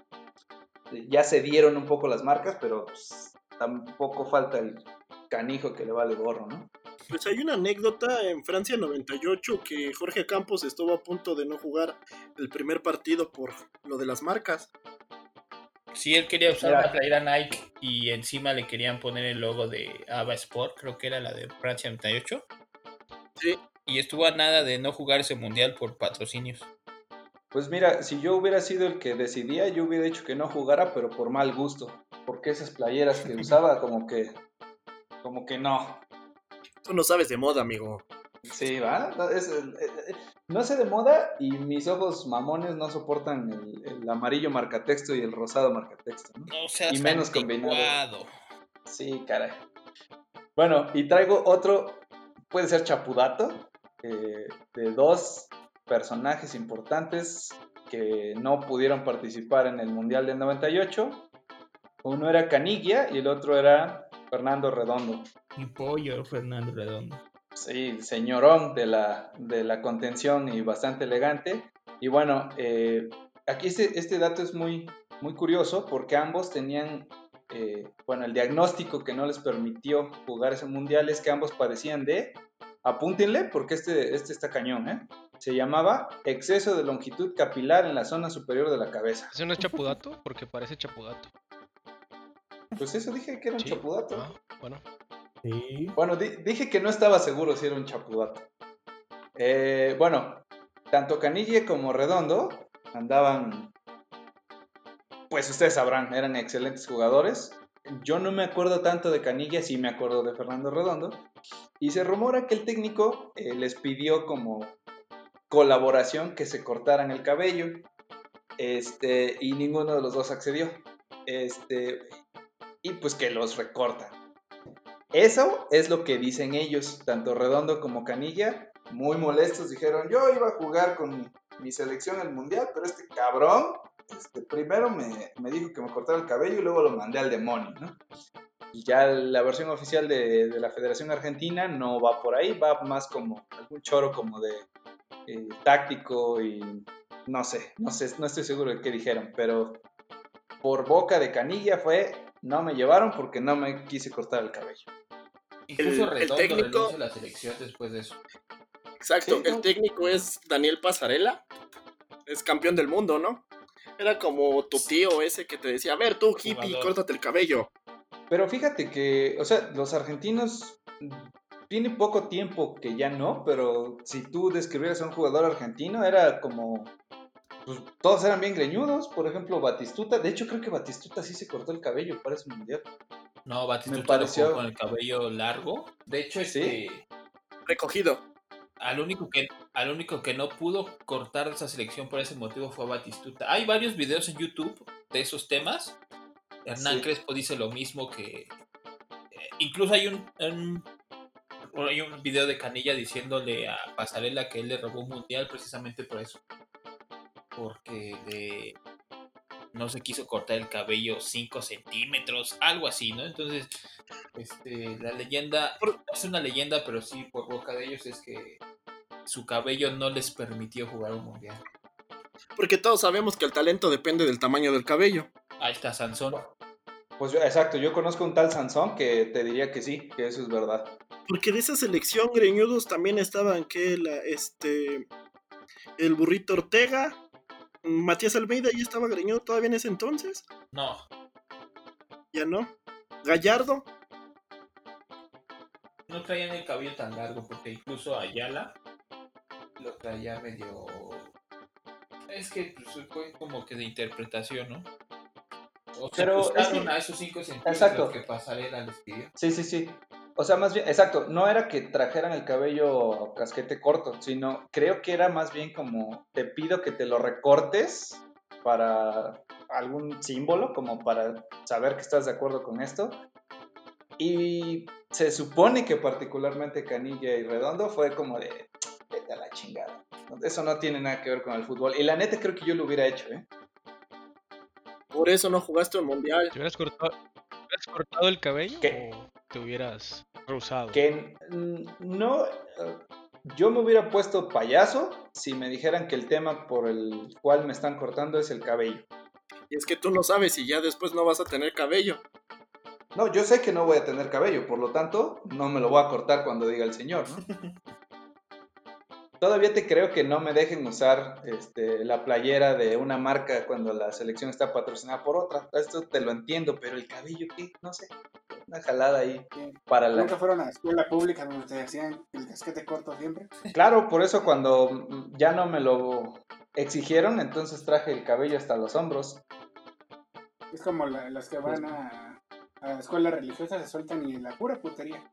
de- ya se dieron un poco las marcas, pero pues, tampoco falta el canijo que le vale gorro, ¿no? Pues hay una anécdota en Francia noventa y ocho que Jorge Campos estuvo a punto de no jugar el primer partido por lo de las marcas. Sí, él quería usar Mira. una playera Nike y encima le querían poner el logo de Ava Sport, creo que era la de Francia noventa y ocho. Sí. Y estuvo a nada de no jugar ese mundial por patrocinios. Pues mira, si yo hubiera sido el que decidía, yo hubiera dicho que no jugara, pero por mal gusto. Porque esas playeras que usaba, como que, como que no. Tú no sabes de moda, amigo. Sí, ¿va? No, es, eh, eh, no sé de moda y mis ojos mamones no soportan el, el amarillo marcatexto y el rosado marcatexto, ¿no? No seas Y menos combinado. anticuado. Sí, caray. Bueno, y traigo otro, puede ser chapudato, eh, de dos personajes importantes que no pudieron participar en el Mundial del noventa y ocho. Uno era Caniggia y el otro era Fernando Redondo. Mi pollo, Fernando Redondo. Sí, señorón de la, de la contención y bastante elegante. Y bueno, eh, aquí este, este dato es muy, muy curioso porque ambos tenían, eh, bueno, el diagnóstico que no les permitió jugar ese mundial es que ambos padecían de, apúntenle porque este, este está cañón, ¿eh? Se llamaba exceso de longitud capilar en la zona superior de la cabeza. ¿Eso no es chapudato? Porque parece chapudato. Pues eso dije que era un ¿Sí? chapudato. Ah, bueno. Sí. Bueno, di- dije que no estaba seguro si era un chapudato. Eh, bueno, tanto Canille como Redondo andaban, pues ustedes sabrán, eran excelentes jugadores. Yo no me acuerdo tanto de Canilla, sí me acuerdo de Fernando Redondo. Y se rumora que el técnico eh, les pidió como colaboración que se cortaran el cabello. Este, y ninguno de los dos accedió. Este, y pues que los recortan. Eso es lo que dicen ellos, tanto Redondo como Canilla, muy molestos, dijeron, yo iba a jugar con mi, mi selección al mundial, pero este cabrón, este, primero me, me dijo que me cortara el cabello y luego lo mandé al demonio, ¿no? Y ya la versión oficial de, de la Federación Argentina no va por ahí, va más como algún choro como de eh, táctico y no sé, no sé, no estoy seguro de qué dijeron, pero por boca de Canilla fue, no me llevaron porque no me quise cortar el cabello. Incluso El- el Redondo técnico- renunció a la selección después de eso. Exacto, Sí, el ¿no? técnico es Daniel Pasarela, es campeón del mundo, ¿no? Era como tu tío ese que te decía, a ver tú, hippie, Jugador. córtate el cabello. Pero fíjate que, o sea, los argentinos tiene poco tiempo que ya no, pero si tú describieras a un jugador argentino era como, pues todos eran bien greñudos, por ejemplo Batistuta, de hecho creo que Batistuta sí se cortó el cabello para ese mundial. No, Batistuta Me pareció- lo jugó con el cabello largo. De hecho, ¿Sí? este, Recogido. al único que al único que no pudo cortar esa selección por ese motivo fue a Batistuta. Hay varios videos en YouTube de esos temas. Hernán Sí. Crespo dice lo mismo que eh, incluso hay un, un hay un video de Canilla diciéndole a Pasarela que él le robó un mundial precisamente por eso. Porque de no se quiso cortar el cabello cinco centímetros, algo así, ¿no? Entonces, este, la leyenda, no es una leyenda, pero sí por boca de ellos es que su cabello no les permitió jugar un mundial. Porque todos sabemos que el talento depende del tamaño del cabello. Ahí está Sansón. Pues yo- exacto, yo conozco un tal Sansón que te diría que sí, que eso es verdad. Porque de esa selección greñudos también estaban que la, este, el burrito Ortega, Matías Almeida ya estaba greñudo todavía en ese entonces, No, ya no. Gallardo, no traían el cabello tan largo porque incluso Ayala lo traía medio... Es que pues, fue como que de interpretación, ¿no? O sea, Pero es ajustaron que- a esos cinco centímetros Exacto. que Pasarela les pidió. Sí, sí, sí. O sea, más bien, exacto, no era que trajeran el cabello casquete corto, sino creo que era más bien como, te pido que te lo recortes para algún símbolo, como para saber que estás de acuerdo con esto. Y se supone que particularmente Canilla y Redondo fue como de, vete a la chingada. Eso no tiene nada que ver con el fútbol. Y la neta creo que yo lo hubiera hecho, ¿eh? por eso no jugaste el mundial. ¿Te hubieras cortado, ¿te hubieras cortado el cabello ¿Qué? o te hubieras rehusado? Que mm, no, eh, yo me hubiera puesto payaso si me dijeran que el tema por el cual me están cortando es el cabello. Y es que tú no sabes si ya después no vas a tener cabello. No, yo sé que no voy a tener cabello, por lo tanto, no me lo voy a cortar cuando diga el señor, ¿no? Todavía te creo que no me dejen usar este, la playera de una marca cuando la selección está patrocinada por otra. Esto te lo entiendo, pero el cabello, ¿qué? No sé. Una jalada ahí Sí. para la... ¿Nunca fueron a la escuela pública donde te hacían el casquete corto siempre? Claro, por eso cuando mm, ya no me lo exigieron, entonces traje el cabello hasta los hombros. Es como la- las que van a, a la escuela religiosa se sueltan y la pura putería.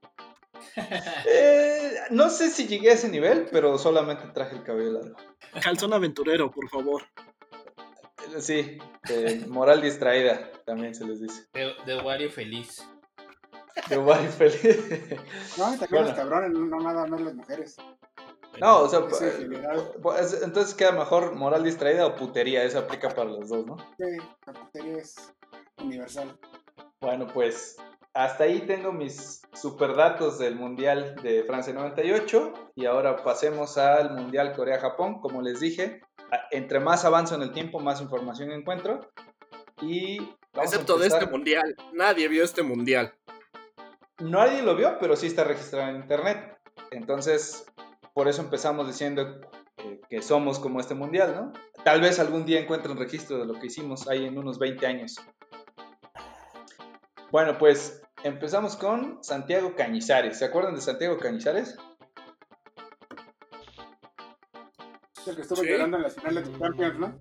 Eh, no sé si llegué a ese nivel, pero solamente traje el cabello largo. Calzón aventurero, por favor. Eh, Sí, eh, moral distraída, también se les dice. De, de Wario feliz. De guay feliz. No, y también Bueno. los cabrones, no no nada más las mujeres. No, o sea, Es en eh, general. pues, entonces queda mejor moral distraída o putería, eso aplica para los dos, ¿no? Sí, la putería es universal. Bueno, pues hasta ahí tengo mis super datos del Mundial de Francia noventa y ocho y ahora pasemos al Mundial Corea-Japón. Como les dije, a- entre más avanzo en el tiempo, más información encuentro. Y vamos Excepto a de este empezar. mundial. Nadie vio este mundial. Nadie lo vio, pero sí está registrado en internet. Entonces, por eso empezamos diciendo eh, que somos como este mundial, ¿no? Tal vez algún día encuentren registro de lo que hicimos ahí en unos veinte años. Bueno, pues empezamos con Santiago Cañizares. ¿Se acuerdan de Santiago Cañizares? El que estuvo Sí. llorando en las finales de Champions, ¿no?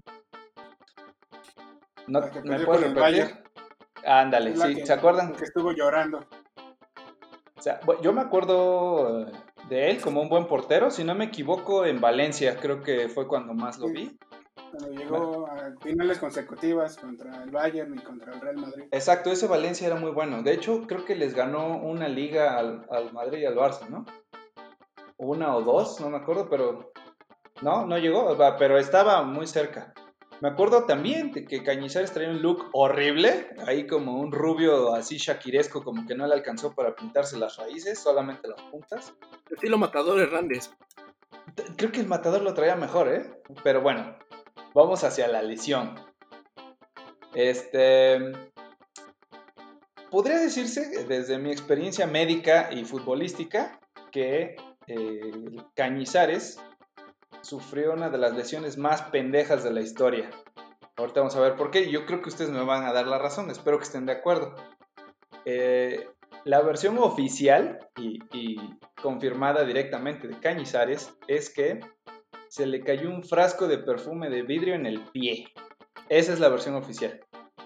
No, La que ¿me perdió puedes con el repetir? Bayern. Ándale, Es la sí, que, ¿se acuerdan? la que estuvo llorando. O sea, bu- yo me acuerdo eh, de él como un buen portero, si no me equivoco, en Valencia, creo que fue cuando más lo Sí. vi. Cuando llegó a finales consecutivas contra el Bayern y contra el Real Madrid. Exacto, ese Valencia era muy bueno. De hecho, creo que les ganó una liga al, al Madrid y al Barça, ¿no? Una o dos, no me acuerdo, pero no, no llegó, va, pero estaba muy cerca. Me acuerdo también de que Cañizares traía un look horrible, ahí como un rubio así shakiresco, como que no le alcanzó para pintarse las raíces, solamente las puntas. Estilo Matador Hernández. T- Creo que el Matador lo traía mejor, ¿eh? Pero bueno, vamos hacia la lesión. Este, podría decirse, desde mi experiencia médica y futbolística, que eh, Cañizares sufrió una de las lesiones más pendejas de la historia. Ahorita vamos a ver por qué. Yo creo que ustedes me van a dar la razón. Espero que estén de acuerdo. Eh, la versión oficial y, y confirmada directamente de Cañizares es que se le cayó un frasco de perfume de vidrio en el pie. Esa es la versión oficial.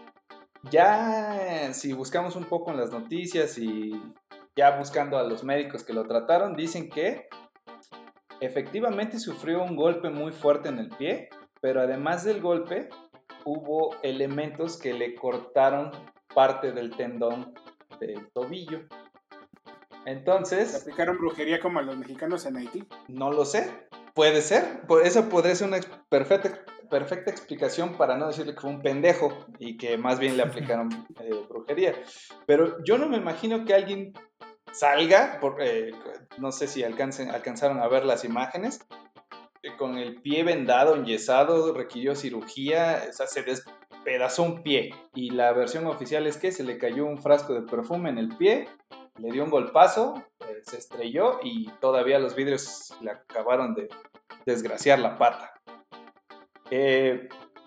Ya, si buscamos un poco en las noticias y ya buscando a los médicos que lo trataron, dicen que efectivamente sufrió un golpe muy fuerte en el pie, pero además del golpe, hubo elementos que le cortaron parte del tendón del tobillo. ¿Le Entonces, aplicaron brujería como a los mexicanos en Haití? no lo sé, puede ser, por eso podría ser una ex- perfecta, perfecta explicación para no decirle que fue un pendejo y que más bien le aplicaron eh, brujería. Pero yo no me imagino que alguien salga, por, eh, no sé si alcancen, alcanzaron a ver las imágenes, eh, con el pie vendado, enyesado, requirió cirugía, o sea, se despedazó un pie. Y la versión oficial es que se le cayó un frasco de perfume en el pie, le dio un golpazo, eh, se estrelló y todavía los vidrios le acabaron de desgraciar la pata. Eh,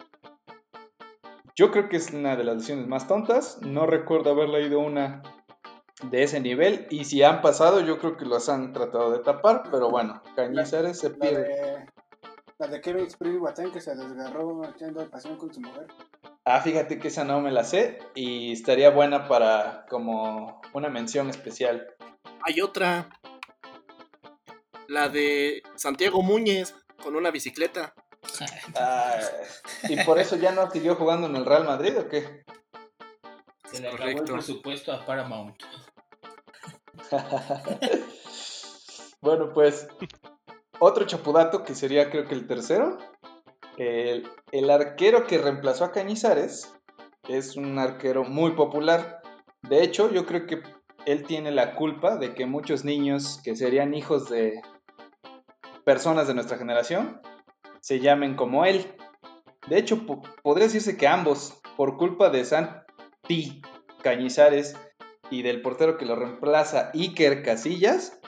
yo creo que es una de las lesiones más tontas. No recuerdo haber leído una de ese nivel. Y si han pasado, yo creo que los han tratado de tapar. Pero bueno, La, Cañizares se la pierde. de, la de Kevin Spring Boateng que se desgarró echando pasión con su mujer. Ah, fíjate que esa no me la sé. Y estaría buena para como una mención especial. Hay otra. La de Santiago Muñez con una bicicleta. Ah, ¿y por eso ya no siguió jugando en el Real Madrid o qué? Se le acabó Correcto. el presupuesto a Paramount. Bueno, pues otro chapudato que sería creo que el tercero. El, el arquero que reemplazó a Cañizares es un arquero muy popular. De hecho, yo creo que él tiene la culpa de que muchos niños que serían hijos de personas de nuestra generación se llamen como él. De hecho, po- podría decirse que ambos, por culpa de Santi Cañizares y del portero que lo reemplaza, Iker Casillas,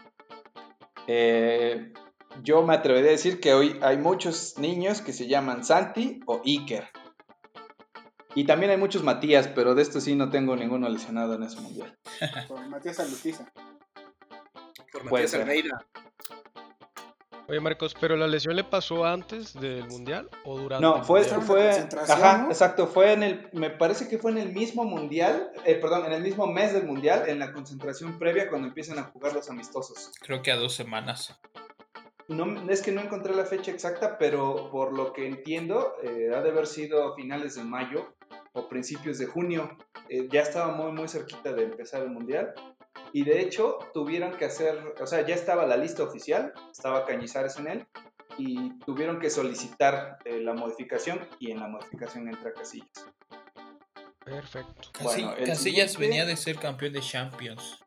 eh, yo me atrevería a decir que hoy hay muchos niños que se llaman Santi o Iker. Y también hay muchos Matías, pero de estos sí no tengo ninguno lesionado en ese mundial. Por Matías Alutiza. Por Puede Matías ser. Almeida. Oye, Marcos, ¿pero la lesión le pasó antes del mundial o durante No, el fue, Estaba mundial? en la fue, concentración, ajá, ¿no? exacto, fue en el, me parece que fue en el mismo mundial, eh, perdón, en el mismo mes del mundial, en la concentración previa cuando empiezan a jugar los amistosos. Creo que a dos semanas. No, es que no encontré la fecha exacta, pero por lo que entiendo, eh, ha de haber sido a finales de mayo o principios de junio. Eh, ya estaba muy, muy cerquita de empezar el mundial. Y de hecho, tuvieron que hacer, o sea, ya estaba la lista oficial, estaba Cañizares en él, y tuvieron que solicitar eh, la modificación, y en la modificación entra Casillas. Perfecto. Casi, Bueno, el Casillas siguiente- venía de ser campeón de Champions.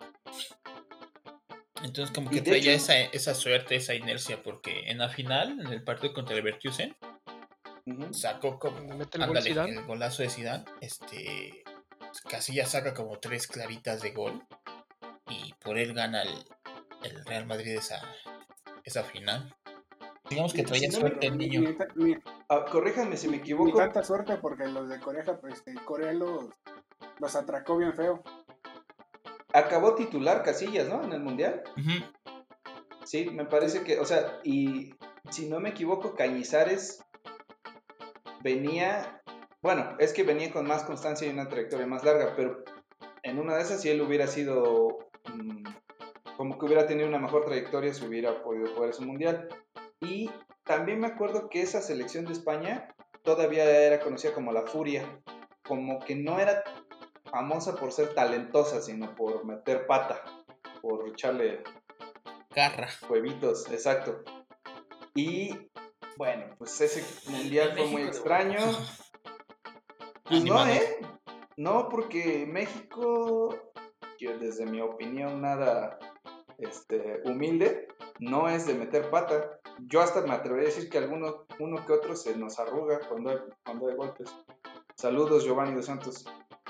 Entonces como Y que de traía hecho- esa, esa suerte, esa inercia, porque en la final, en el partido contra Leverkusen, Ujú. sacó como, ¿Dónde mete el gol ándale, Zidane? el golazo de Zidane, este, Casillas saca como tres claritas de gol y por él gana el, el Real Madrid esa, esa final. Digamos que traía Si no suerte me- el Ni, niño. ni ta- ni- Ah, corríjanme si me ni equivoco. tanta suerte porque los de Corea, pues, este, Corea los, los atracó bien feo. Acabó titular Casillas, ¿no? En el Mundial. Ujú. Sí, me parece que, o sea, y si no me equivoco, Cañizares venía, bueno, es que venía con más constancia y una trayectoria más larga, pero en una de esas, si él hubiera sido, mmm, como que hubiera tenido una mejor trayectoria, se hubiera podido jugar ese Mundial. Y también me acuerdo que esa selección de España todavía era conocida como la Furia, como que no era famosa por ser talentosa, sino por meter pata, por echarle Garra. huevitos, exacto. Y bueno, pues ese mundial En fue muy México de- extraño. Ah, Pues ni no, modo. ¿eh? No, porque México, yo desde mi opinión nada este, humilde, no es de meter pata. Yo hasta me atrevería a decir que alguno, uno que otro se nos arruga cuando hay, cuando hay golpes. Saludos, Giovanni dos Santos.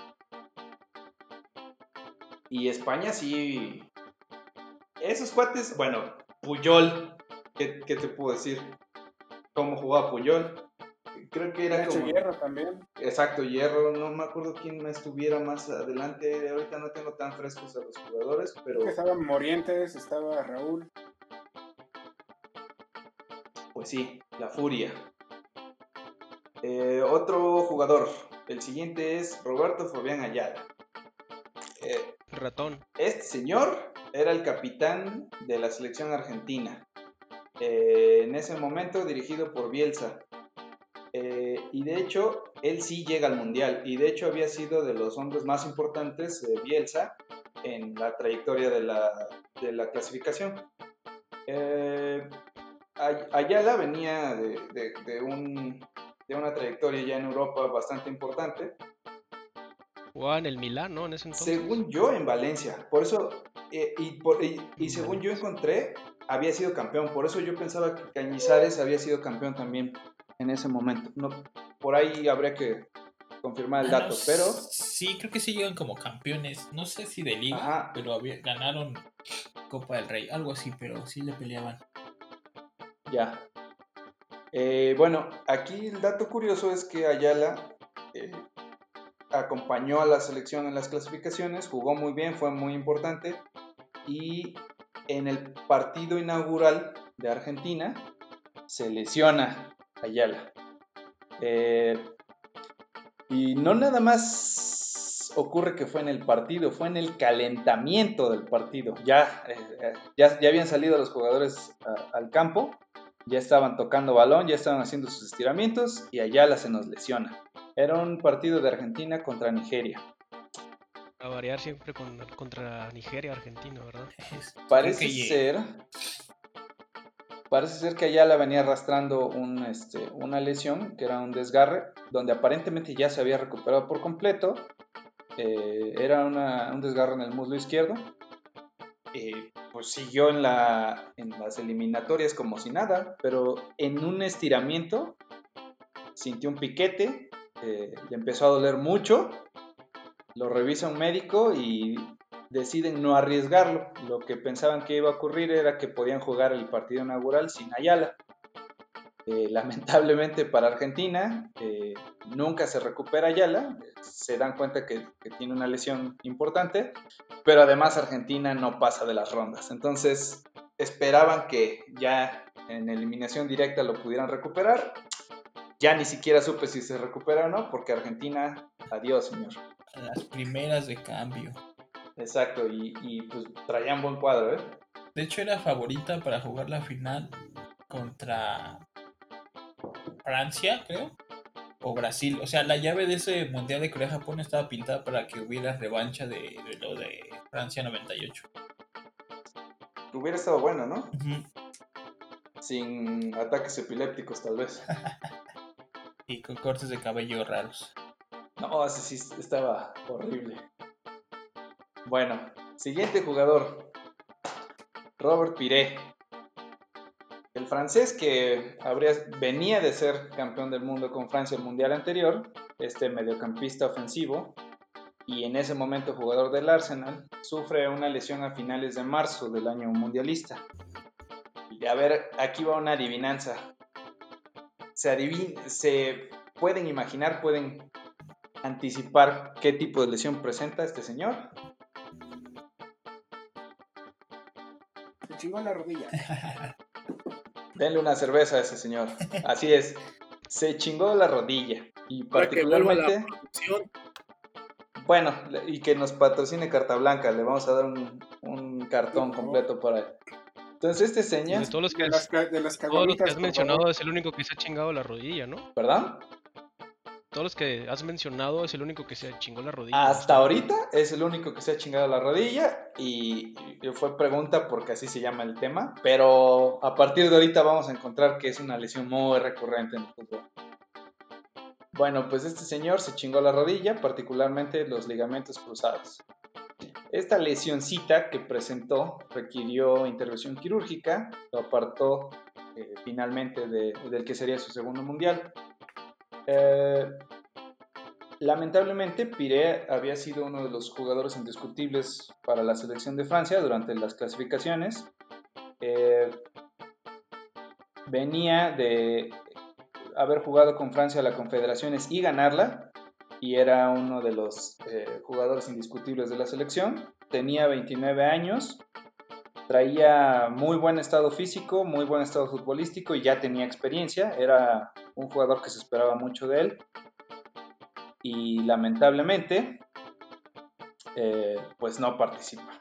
Y España sí. Esos cuates, bueno, Puyol, ¿qué, qué te puedo decir? ¿Cómo jugaba Puyol? Creo que era Nacho como... Hierro también. Exacto, Hierro, no me acuerdo quién estuviera más adelante, ahorita no tengo tan frescos a los jugadores, pero Que estaban Morientes, estaba Raúl. pues sí, la furia. Eh, otro jugador, el siguiente es Roberto Fabián Ayala. Eh, El ratón. este señor era el capitán de la selección argentina, eh, en ese momento dirigido por Bielsa. Eh, y de hecho, él sí llega al Mundial, y de hecho había sido de los hombres más importantes de Bielsa en la trayectoria de la, de la clasificación. Eh, Ayala venía de, de, de, un, de una trayectoria ya en Europa bastante importante. Jugaba en el Milán, ¿no? En ese entonces. Según yo, en Valencia. Por eso, eh, y, por, y, y según yo encontré, había sido campeón. Por eso yo pensaba que Cañizares había sido campeón también en ese momento. No, por ahí habría que confirmar el Ah, dato, no, pero... Sí, creo que sí llegan como campeones. No sé si de liga, Ajá. pero había, ganaron Copa del Rey, algo así, pero sí le peleaban. Ya. Eh, bueno, aquí el dato curioso es que Ayala eh, acompañó a la selección en las clasificaciones, jugó muy bien, fue muy importante, y en el partido inaugural de Argentina se lesiona Ayala. Eh, y no nada más ocurre que fue en el partido, fue en el calentamiento del partido. Ya, eh, ya, ya habían salido los jugadores a, al campo, ya estaban tocando balón, ya estaban haciendo sus estiramientos y Ayala se nos lesiona. Era un partido de Argentina contra Nigeria. A variar siempre con, contra Nigeria, Argentina, ¿verdad? Este, Parece creo que ser, parece ser que Ayala venía arrastrando un, este, una lesión, que era un desgarre, donde aparentemente ya se había recuperado por completo. Eh, era una, un desgarre en el muslo izquierdo. Eh, pues siguió en, la, en las eliminatorias como si nada, pero en un estiramiento sintió un piquete, eh, le empezó a doler mucho, lo revisa un médico y deciden no arriesgarlo. Lo que pensaban que iba a ocurrir era que podían jugar el partido inaugural sin Ayala. Eh, lamentablemente para Argentina, eh, nunca se recupera Ayala, se dan cuenta que, que tiene una lesión importante, pero además Argentina no pasa de las rondas. Entonces esperaban que ya en eliminación directa lo pudieran recuperar. Ya ni siquiera supe si se recupera o no, porque Argentina, adiós, señor. las primeras de cambio. Exacto, y, y pues traían buen cuadro, ¿eh? De hecho, era favorita para jugar la final contra Francia, creo, o Brasil. O sea, la llave de ese Mundial de Corea-Japón estaba pintada para que hubiera revancha de, de lo de Francia noventa y ocho. Hubiera estado bueno, ¿no? Uh-huh. Sin ataques epilépticos, tal vez. Y con cortes de cabello raros. No, ese sí estaba horrible. Bueno, siguiente jugador. Robert Piré. El francés que habría, venía de ser campeón del mundo con Francia el mundial anterior, este mediocampista ofensivo, y en ese momento jugador del Arsenal, sufre una lesión a finales de marzo del año mundialista. Y a ver, aquí va una adivinanza. Se, adivin- se pueden imaginar, pueden anticipar qué tipo de lesión presenta este señor. Se chingó la rodilla. Denle una cerveza a ese señor. Así es, se chingó la rodilla. Y Para que vuelva la particularmente, producción. bueno, y que nos patrocine Carta Blanca, le vamos a dar un, un cartón Por favor. completo para él. Entonces este De señor, todos los que, De las, ca- de las todos los que caguamitas, has por mencionado favor. es el único que se ha chingado la rodilla, ¿no? ¿perdón? Todos los que has mencionado es el único que se chingó la rodilla. Hasta ahorita es el único que se ha chingado la rodilla y, y fue pregunta porque así se llama el tema, pero a partir de ahorita vamos a encontrar que es una lesión muy recurrente en el fútbol. Bueno, pues este señor se chingó la rodilla, particularmente los ligamentos cruzados. Esta lesioncita que presentó requirió intervención quirúrgica, lo apartó eh, finalmente de, del que sería su segundo mundial. Eh, Lamentablemente, Piré había sido uno de los jugadores indiscutibles para la selección de Francia durante las clasificaciones. Eh, venía de haber jugado con Francia a las Confederaciones y ganarla, y era uno de los eh, jugadores indiscutibles de la selección. Tenía veintinueve años, traía muy buen estado físico, muy buen estado futbolístico y ya tenía experiencia. Era un jugador que se esperaba mucho de él. Y lamentablemente, eh, pues no participa.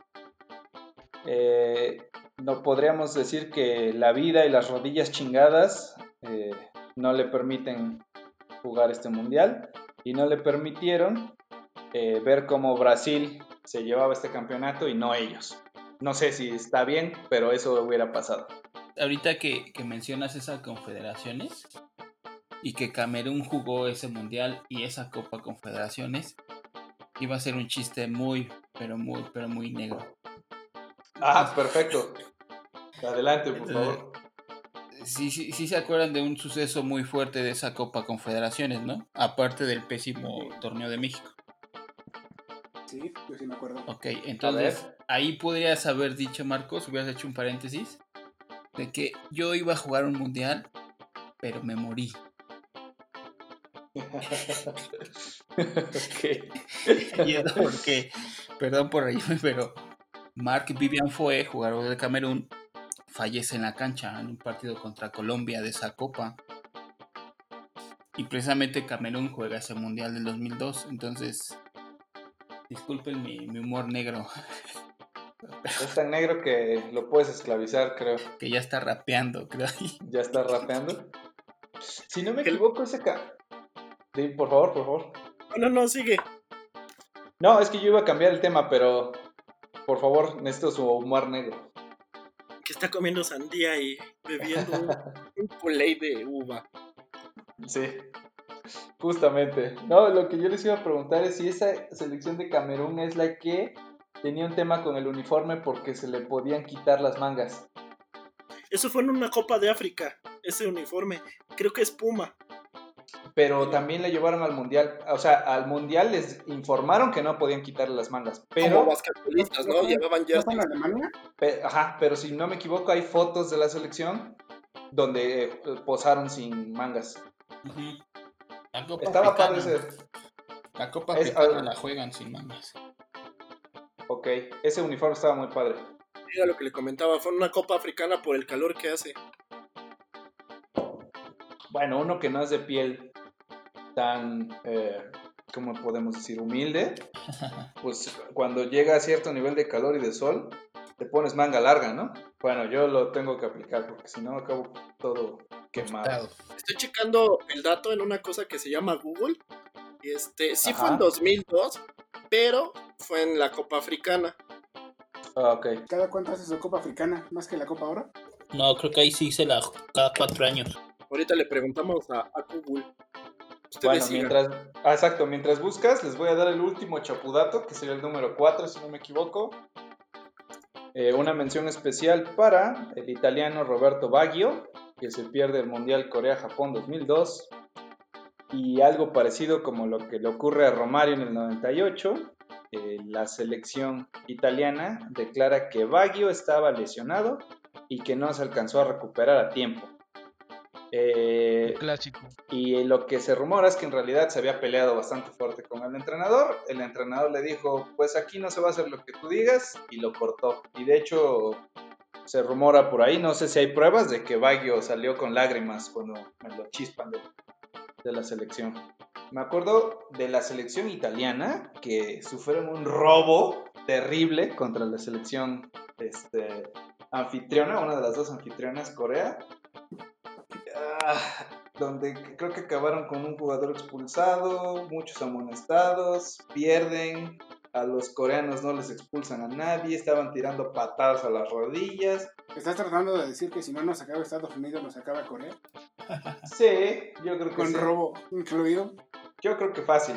Eh, no podríamos decir que la vida y las rodillas chingadas eh, no le permiten jugar este mundial y no le permitieron eh, ver cómo Brasil se llevaba este campeonato y no ellos. No sé si está bien, pero eso hubiera pasado. Ahorita que, que mencionas esas confederaciones y que Camerún jugó ese mundial y esa Copa Confederaciones, iba a ser un chiste muy, pero muy, pero muy negro. Ah, perfecto. Adelante, por Entonces, favor. sí, sí, sí se acuerdan de un suceso muy fuerte de esa Copa Confederaciones, ¿no? Aparte del pésimo torneo de México. Sí, yo sí me acuerdo. Ok, entonces A ver. ahí podrías haber dicho, Marcos, hubieras hecho un paréntesis, de que yo iba a jugar un mundial, pero me morí. Okay. Y eso porque, perdón por reírme, pero Marc Vivian Foé, jugador de Camerún, fallece en la cancha en un partido contra Colombia de esa copa. Y precisamente Camerún juega ese mundial del dos mil dos. Entonces, disculpen mi, mi humor negro, Es tan negro que lo puedes esclavizar, creo. que ya está rapeando, creo. Ya está rapeando. Si no me Que el- equivoco, ese ca... Sí, por favor, por favor. No, no, no, sigue. No, es que yo iba a cambiar el tema, pero por favor, necesito su humor negro. Que está comiendo sandía y bebiendo un, un Kool-Aid de uva. Sí, justamente. No, lo que yo les iba a preguntar es si esa selección de Camerún es la que tenía un tema con el uniforme porque se le podían quitar las mangas. Eso fue en una Copa de África, ese uniforme. Creo que es Puma. Pero también le llevaron al mundial. O sea, al mundial les informaron que no podían quitarle las mangas. Como Pero, basquetbolistas, ¿no? fue- Llevaban ¿No fue en jerseys. Alemania? pe- ajá, pero si no me equivoco, hay fotos de la selección donde eh, posaron sin mangas. Uh-huh. La Copa Estaba padre Africana, ese. la Copa Es- Africana ah, la juegan sin mangas. Ok, ese uniforme estaba muy padre. Era lo que le comentaba, fue una Copa Africana por el calor que hace. Bueno, uno que no es de piel tan, eh, ¿cómo podemos decir? Humilde, pues cuando llega a cierto nivel de calor y de sol, te pones manga larga, ¿no? Bueno, yo lo tengo que aplicar porque si no acabo todo quemado. Estoy checando el dato en una cosa que se llama Google. Y este, sí fue en Ajá. dos mil dos, pero fue en la Copa Africana. Ah, ok. ¿Cada cuánto hace su Copa Africana? ¿Más que la Copa Oro? No, creo que ahí sí se la cada cuatro años. Ahorita le preguntamos a, a Google. Ustedes Bueno, sigan. mientras, ah, exacto, mientras buscas, les voy a dar el último chapudato, que sería el número cuatro, si no me equivoco. Eh, una mención especial para el italiano Roberto Baggio, que se pierde el Mundial Corea-Japón dos mil dos. Y algo parecido como lo que le ocurre a Romario en el noventa y ocho, eh, la selección italiana declara que Baggio estaba lesionado y que no se alcanzó a recuperar a tiempo. Eh, Clásico. y lo que se rumora es que en realidad se había peleado bastante fuerte con el entrenador. El entrenador le dijo, pues aquí no se va a hacer lo que tú digas, y lo cortó. Y de hecho se rumora por ahí, no sé si hay pruebas, de que Baggio salió con lágrimas cuando me lo chispan de, de la selección. Me acuerdo de la selección italiana, que sufrieron un robo terrible contra la selección este, anfitriona, una de las dos anfitrionas, Corea, ah, donde creo que acabaron con un jugador expulsado, muchos amonestados, pierden, a los coreanos no les expulsan a nadie, estaban tirando patadas a las rodillas. ¿Estás tratando de decir que si no nos acaba Estados Unidos, nos acaba Corea? Sí, yo creo que ¿Con sí. robo incluido? Yo creo que fácil.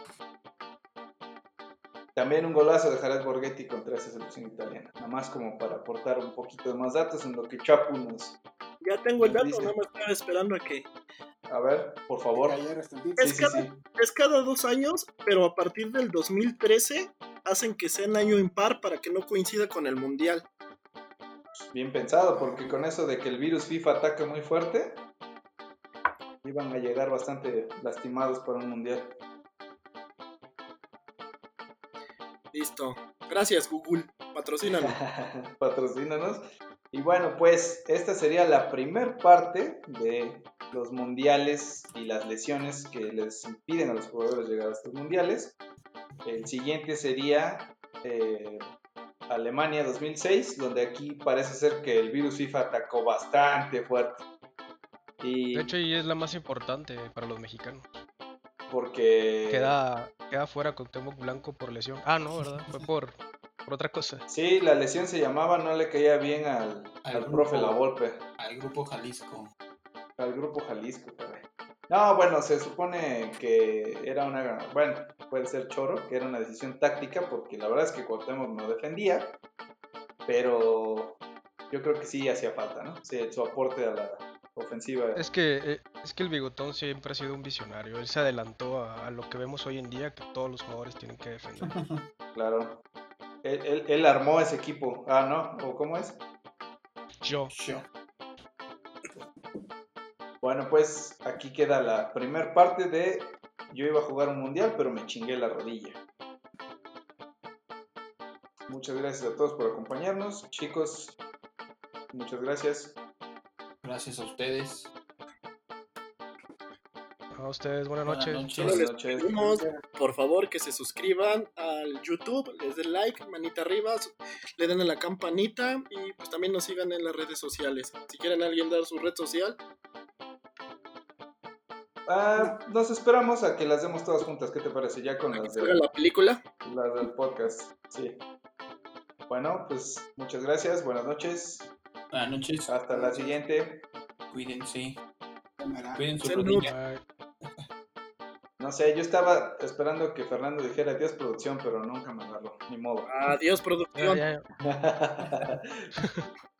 También un golazo de Jared Borghetti contra esa selección italiana. Nada más como para aportar un poquito de más datos en lo que Chapu nos... Ya tengo el dato, dice. nada más estaba esperando a que... A ver, por favor. Cayeras tantito. Sí, Es, sí, cada, sí. es cada dos años, pero a partir del dos mil trece hacen que sea en año impar para que no coincida con el mundial. Bien pensado, porque con eso de que el virus FIFA ataca muy fuerte, iban a llegar bastante lastimados para un mundial. Listo. Gracias, Google. Patrocínanos. Patrocínanos. Y bueno, pues esta sería la primer parte de los mundiales y las lesiones que les impiden a los jugadores llegar a estos mundiales. El siguiente sería eh, Alemania dos mil seis, donde aquí parece ser que el virus FIFA atacó bastante fuerte. Y De hecho, y es la más importante para los mexicanos. porque... Queda, queda fuera Cuauhtémoc Blanco por lesión. Ah, no, ¿verdad? Fue por, por otra cosa. Sí, la lesión se llamaba, no le caía bien al, Al al grupo. profe La Volpe, Al grupo Jalisco. al grupo Jalisco, caray. No, bueno, se supone que era una, bueno, puede ser choro, que era una decisión táctica, porque la verdad es que Cuauhtémoc no defendía, pero yo creo que sí hacía falta, ¿no? Sí, su aporte a la ofensiva. Es que, eh, es que el Bigotón siempre ha sido un visionario. Él se adelantó a, a lo que vemos hoy en día, que todos los jugadores tienen que defender. Claro. Él, él, él armó ese equipo. Ah, ¿no? ¿O cómo es? Yo. Yo. Bueno, pues aquí queda la primer parte de yo iba a jugar un mundial, pero me chingué la rodilla. Muchas gracias a todos por acompañarnos. Chicos, muchas gracias. Gracias a ustedes. A ustedes, buenas Buenas noches. noches. Solo Buenas les noches. pedimos, por favor, que se suscriban al YouTube, les den like, manita arriba, le den a la campanita y pues también nos sigan en las redes sociales. Si quieren alguien dar su red social, Ah, nos esperamos a que las demos todas juntas. ¿Qué te parece? Ya con que las, salga de, la película. las del podcast. Sí. Bueno, pues muchas gracias. Buenas noches. Buenas noches. Hasta la siguiente. Cuídense. Cámara. Cuiden su Salud. rodilla. Bye. No sé, yo estaba esperando que Fernando dijera adiós producción, pero nunca me agarró. Ni modo. Adiós, Ya, producción. ya, ya.